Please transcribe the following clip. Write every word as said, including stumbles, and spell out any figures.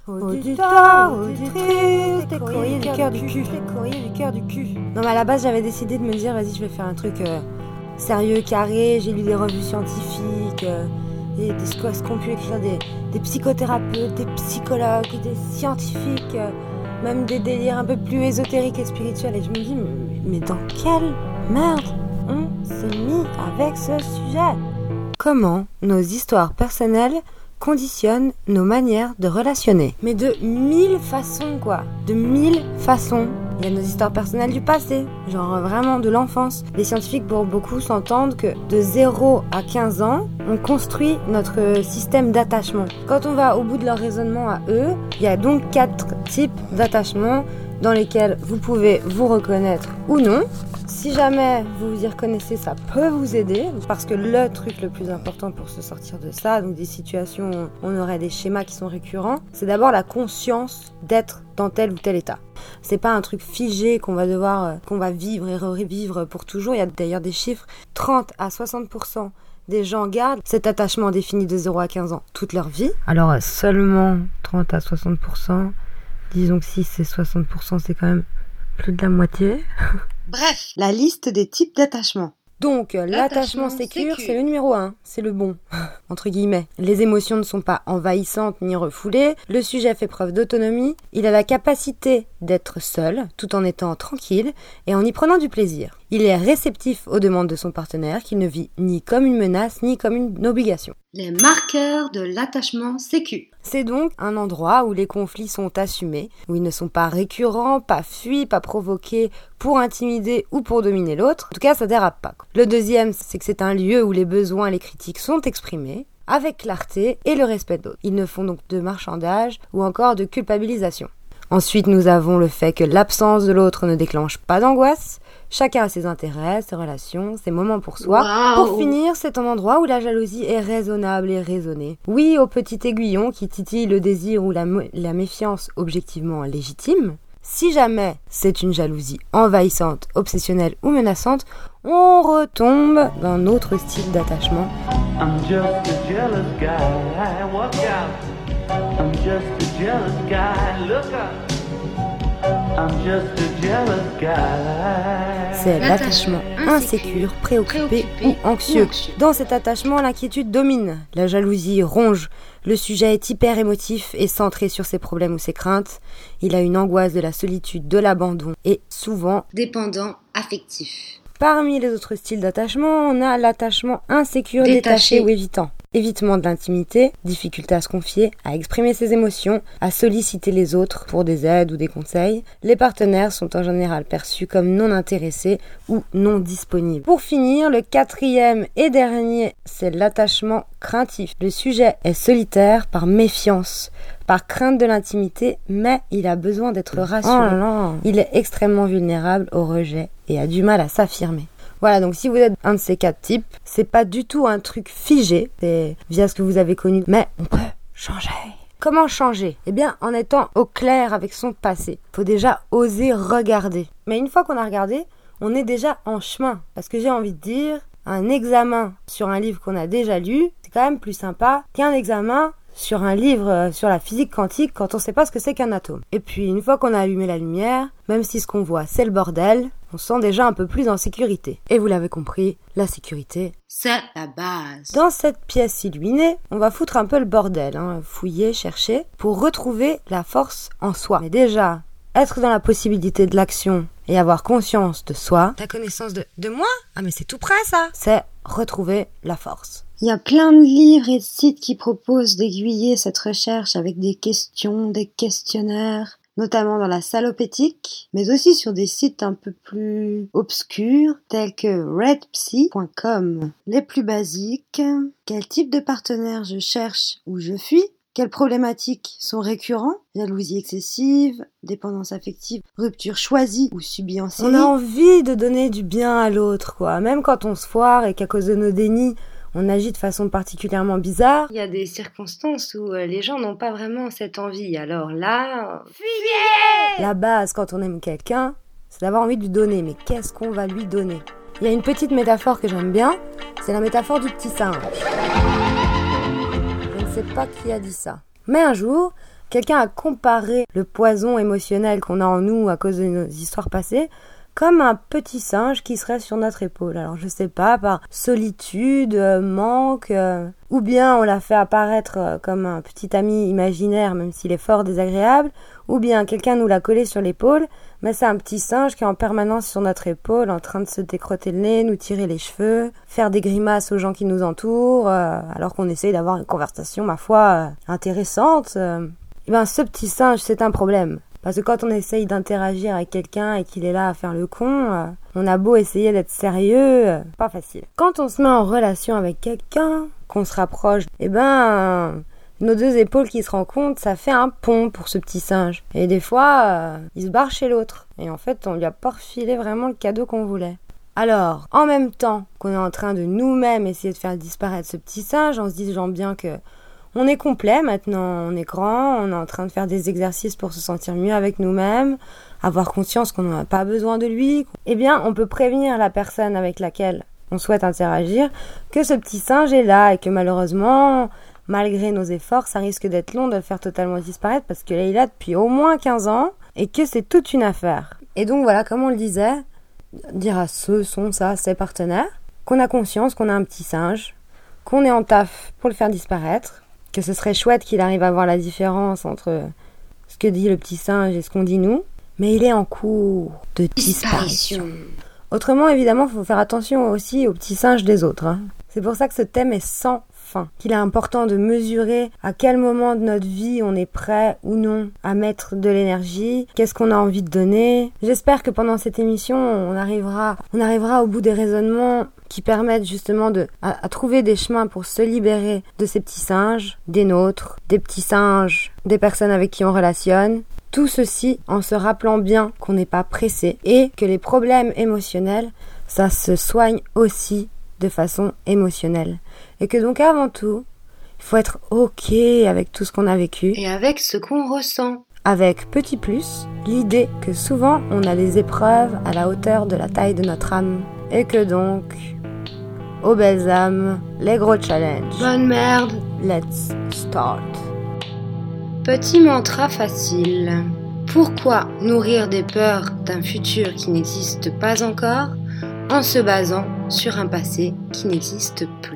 Auditeur, auditrice, des courriers du cœur du cul. Des courriers du cœur du cul. Non mais à la base j'avais décidé de me dire vas-y je vais faire un truc euh, sérieux, carré. J'ai lu des revues scientifiques, euh, des, des ce qu'on peut écrire, des, des psychothérapeutes, des psychologues, des scientifiques, euh, même des délires un peu plus ésotériques et spirituels. Et je me dis mais, mais dans quelle merde on s'est mis avec ce sujet? Comment nos histoires personnelles conditionnent nos manières de relationner. Mais de mille façons quoi, de mille façons. Il y a nos histoires personnelles du passé, genre vraiment de l'enfance. Les scientifiques pour beaucoup s'entendent que de zéro à quinze ans, on construit notre système d'attachement. Quand on va au bout de leur raisonnement à eux, il y a donc quatre types d'attachement dans lesquels vous pouvez vous reconnaître ou non. Si jamais vous vous y reconnaissez, ça peut vous aider, parce que le truc le plus important pour se sortir de ça, donc des situations où on aurait des schémas qui sont récurrents, c'est d'abord la conscience d'être dans tel ou tel état. C'est pas un truc figé qu'on va devoir, qu'on va vivre et revivre pour toujours. Il y a d'ailleurs des chiffres, trente à soixante pour cent des gens gardent cet attachement défini de zéro à quinze ans toute leur vie. Alors seulement trente à soixante pour cent, disons que si c'est soixante pour cent, c'est quand même plus de la moitié. Bref, la liste des types d'attachement. Donc, l'attachement sécure, c'est le numéro un, c'est le bon, entre guillemets. Les émotions ne sont pas envahissantes ni refoulées, le sujet fait preuve d'autonomie, il a la capacité d'être seul, tout en étant tranquille et en y prenant du plaisir. Il est réceptif aux demandes de son partenaire, qu'il ne vit ni comme une menace, ni comme une obligation. Les marqueurs de l'attachement sécu. C'est donc un endroit où les conflits sont assumés, où ils ne sont pas récurrents, pas fuis, pas provoqués pour intimider ou pour dominer l'autre. En tout cas, ça dérape pas. Le deuxième, c'est que c'est un lieu où les besoins et les critiques sont exprimés, avec clarté et le respect de l'autre. Ils ne font donc de marchandage ou encore de culpabilisation. Ensuite, nous avons le fait que l'absence de l'autre ne déclenche pas d'angoisse. Chacun a ses intérêts, ses relations, ses moments pour soi. Wow. Pour finir, c'est un endroit où la jalousie est raisonnable et raisonnée. Oui au petit aiguillon qui titille le désir ou la, mo- la méfiance objectivement légitime. Si jamais c'est une jalousie envahissante, obsessionnelle ou menaçante, on retombe dans notre style d'attachement. I'm just a jealous guy, walk out. I'm just a jealous guy, look up. I'm just a jealous guy. C'est l'attachement insécure, préoccupé, préoccupé ou anxieux. anxieux. Dans cet attachement, l'inquiétude domine. La jalousie ronge. Le sujet est hyper émotif et centré sur ses problèmes ou ses craintes. Il a une angoisse de la solitude, de l'abandon et souvent dépendant affectif. Parmi les autres styles d'attachement, on a l'attachement insécure, détaché, détaché ou évitant. Évitement de l'intimité, difficulté à se confier, à exprimer ses émotions, à solliciter les autres pour des aides ou des conseils. Les partenaires sont en général perçus comme non intéressés ou non disponibles. Pour finir, le quatrième et dernier, c'est l'attachement craintif. Le sujet est solitaire par méfiance, par crainte de l'intimité, mais il a besoin d'être rassuré. Oh là là. Il est extrêmement vulnérable au rejet et a du mal à s'affirmer. Voilà, donc si vous êtes un de ces quatre types, c'est pas du tout un truc figé, c'est via ce que vous avez connu, mais on peut changer. Comment changer? Eh bien, en étant au clair avec son passé. Faut déjà oser regarder. Mais une fois qu'on a regardé, on est déjà en chemin. Parce que j'ai envie de dire, un examen sur un livre qu'on a déjà lu, c'est quand même plus sympa qu'un examen sur un livre sur la physique quantique quand on sait pas ce que c'est qu'un atome. Et puis, une fois qu'on a allumé la lumière, même si ce qu'on voit c'est le bordel, on se sent déjà un peu plus en sécurité. Et vous l'avez compris, la sécurité, c'est la base. Dans cette pièce illuminée, on va foutre un peu le bordel, hein, fouiller, chercher, pour retrouver la force en soi. Mais déjà, être dans la possibilité de l'action et avoir conscience de soi, la connaissance de, de moi, ah mais c'est tout près ça, c'est retrouver la force. Il y a plein de livres et de sites qui proposent d'aiguiller cette recherche avec des questions, des questionnaires, notamment dans la salopétique, mais aussi sur des sites un peu plus obscurs, tels que red psy point com. Les plus basiques, quel type de partenaire je cherche ou je fuis? Quelles problématiques sont récurrents? Jalousie excessive, dépendance affective, rupture choisie ou subie en série. On a envie de donner du bien à l'autre, quoi. Même quand on se foire et qu'à cause de nos dénis, on agit de façon particulièrement bizarre. Il y a des circonstances où les gens n'ont pas vraiment cette envie. Alors là, fuyez! La base, quand on aime quelqu'un, c'est d'avoir envie de lui donner. Mais qu'est-ce qu'on va lui donner? Il y a une petite métaphore que j'aime bien, c'est la métaphore du petit singe. Je ne sais pas qui a dit ça. Mais un jour, Quelqu'un a comparé le poison émotionnel qu'on a en nous à cause de nos histoires passées comme un petit singe qui serait sur notre épaule. Alors je sais pas, par solitude, euh, manque, euh, ou bien on l'a fait apparaître euh, comme un petit ami imaginaire même s'il est fort désagréable, ou bien quelqu'un nous l'a collé sur l'épaule, mais c'est un petit singe qui est en permanence sur notre épaule, en train de se décrotter le nez, nous tirer les cheveux, faire des grimaces aux gens qui nous entourent, euh, alors qu'on essaye d'avoir une conversation, ma foi, euh, intéressante. Euh. Et ben ce petit singe, c'est un problème. Parce que quand on essaye d'interagir avec quelqu'un et qu'il est là à faire le con, euh, on a beau essayer d'être sérieux, euh, pas facile. Quand on se met en relation avec quelqu'un, qu'on se rapproche, eh ben, euh, nos deux épaules qui se rencontrent, ça fait un pont pour ce petit singe. Et des fois, euh, il se barre chez l'autre. Et en fait, on lui a pas refilé vraiment le cadeau qu'on voulait. Alors, en même temps qu'on est en train de nous-mêmes essayer de faire disparaître ce petit singe, en se disant bien que on est complet maintenant, on est grand, on est en train de faire des exercices pour se sentir mieux avec nous-mêmes, avoir conscience qu'on n'a pas besoin de lui. Eh bien, on peut prévenir la personne avec laquelle on souhaite interagir que ce petit singe est là et que malheureusement, malgré nos efforts, ça risque d'être long de le faire totalement disparaître parce qu'il est là depuis au moins quinze ans et que c'est toute une affaire. Et donc voilà, comme on le disait, dire à ceux, sont, ça, ses partenaires, qu'on a conscience qu'on a un petit singe, qu'on est en taf pour le faire disparaître, que ce serait chouette qu'il arrive à voir la différence entre ce que dit le petit singe et ce qu'on dit nous, mais il est en cours de disparition. Autrement, évidemment, il faut faire attention aussi aux petits singes des autres. Hein. C'est pour ça que ce thème est sans fin, qu'il est important de mesurer à quel moment de notre vie on est prêt ou non à mettre de l'énergie, qu'est-ce qu'on a envie de donner. J'espère que pendant cette émission, on arrivera, on arrivera au bout des raisonnements qui permettent justement de, à, à trouver des chemins pour se libérer de ces petits singes, des nôtres, des petits singes, des personnes avec qui on relationne. Tout ceci en se rappelant bien qu'on n'est pas pressé et que les problèmes émotionnels, ça se soigne aussi de façon émotionnelle. Et que donc avant tout, il faut être ok avec tout ce qu'on a vécu. Et avec ce qu'on ressent. Avec petit plus, l'idée que souvent on a des épreuves à la hauteur de la taille de notre âme. Et que donc, aux belles âmes, les gros challenges. Bonne merde. Let's start. Petit mantra facile. Pourquoi nourrir des peurs d'un futur qui n'existe pas encore en se basant sur un passé qui n'existe plus ?